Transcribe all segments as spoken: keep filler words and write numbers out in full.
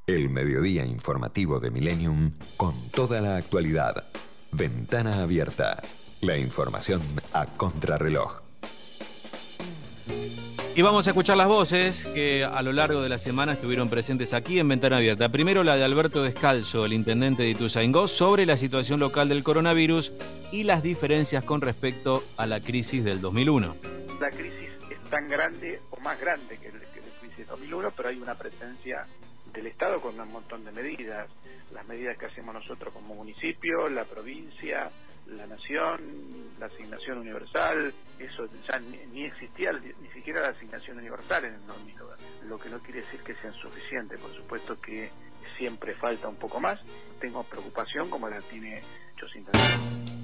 El mediodía informativo de Millennium con toda la actualidad. Ventana abierta. La información a contrarreloj. Y vamos a escuchar las voces que a lo largo de la semana estuvieron presentes aquí en Ventana Abierta. Primero la de Alberto Descalzo, el intendente de Ituzaingó, sobre la situación local del coronavirus y las diferencias con respecto a la crisis del dos mil uno. La crisis es tan grande o más grande que, el, que la crisis del dos mil uno, pero hay una presencia del Estado con un montón de medidas. Las medidas que hacemos nosotros como municipio, la provincia, la nación, la asignación universal, eso ya ni, ni existía ni siquiera la asignación universal en el dos mil uno, lo que no quiere decir que sean suficientes, por supuesto que siempre falta un poco más. Tengo preocupación como la tiene muchos intendentes.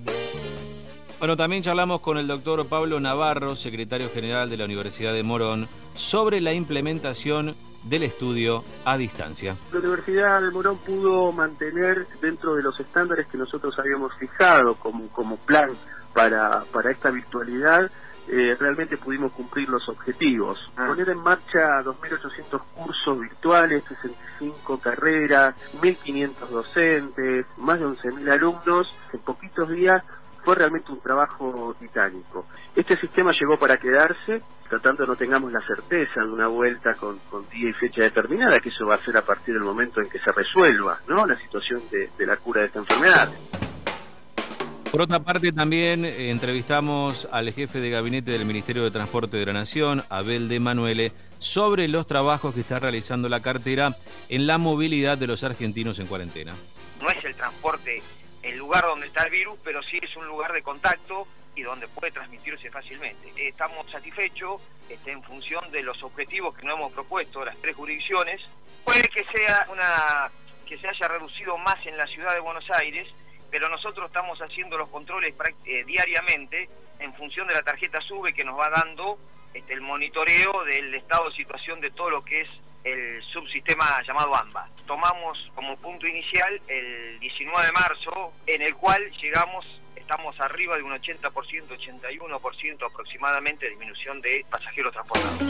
Bueno, también charlamos con el doctor Pablo Navarro, secretario general de la Universidad de Morón, sobre la implementación del estudio a distancia. La Universidad de Morón pudo mantener dentro de los estándares que nosotros habíamos fijado como, como plan para, para esta virtualidad. Eh, realmente pudimos cumplir los objetivos. Poner en marcha dos mil ochocientos cursos virtuales, sesenta y cinco carreras, mil quinientos docentes, más de once mil alumnos en poquitos días. Fue realmente un trabajo titánico. Este sistema llegó para quedarse, tratando no tengamos la certeza de una vuelta con, con día y fecha determinada, que eso va a ser a partir del momento en que se resuelva, ¿no?, la situación de, de la cura de esta enfermedad. Por otra parte, también eh, entrevistamos al jefe de gabinete del Ministerio de Transporte de la Nación, Abel de Manuele, sobre los trabajos que está realizando la cartera en la movilidad de los argentinos en cuarentena. No es el transporte el lugar donde está el virus, pero sí es un lugar de contacto y donde puede transmitirse fácilmente. Estamos satisfechos este, en función de los objetivos que nos hemos propuesto, las tres jurisdicciones. Puede que sea una que se haya reducido más en la ciudad de Buenos Aires, pero nosotros estamos haciendo los controles eh, diariamente en función de la tarjeta SUBE que nos va dando este, el monitoreo del estado de situación de todo lo que es el subsistema llamado AMBA. Tomamos como punto inicial el diecinueve de marzo, en el cual llegamos, estamos arriba de un ochenta por ciento, ochenta y uno por ciento aproximadamente de disminución de pasajeros transportados.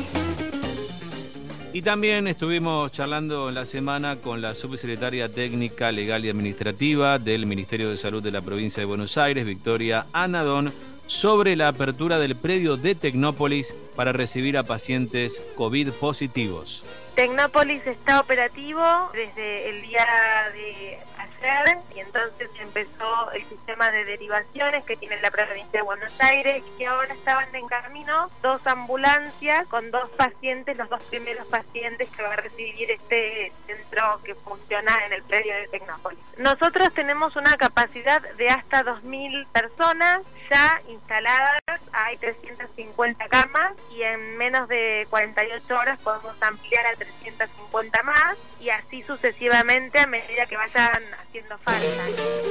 Y también estuvimos charlando en la semana con la subsecretaria técnica, legal y administrativa del Ministerio de Salud de la provincia de Buenos Aires, Victoria Anadón, sobre la apertura del predio de Tecnópolis para recibir a pacientes COVID positivos. Tecnópolis está operativo desde el día de ayer y entonces empezó el sistema de derivaciones que tiene la provincia de Buenos Aires, y ahora estaban en camino dos ambulancias con dos pacientes, los dos primeros pacientes que va a recibir este centro que funciona en el predio de Tecnópolis. Nosotros tenemos una capacidad de hasta dos mil personas ya instaladas, hay trescientas cincuenta camas y en menos de cuarenta y ocho horas podemos ampliar a trescientas cincuenta más y así sucesivamente a medida que vayan haciendo falta.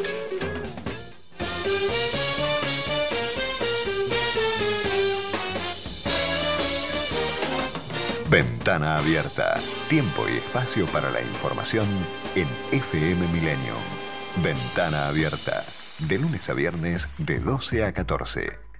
Ventana abierta. Tiempo y espacio para la información en F M Millennium. Ventana abierta. De lunes a viernes de doce a catorce.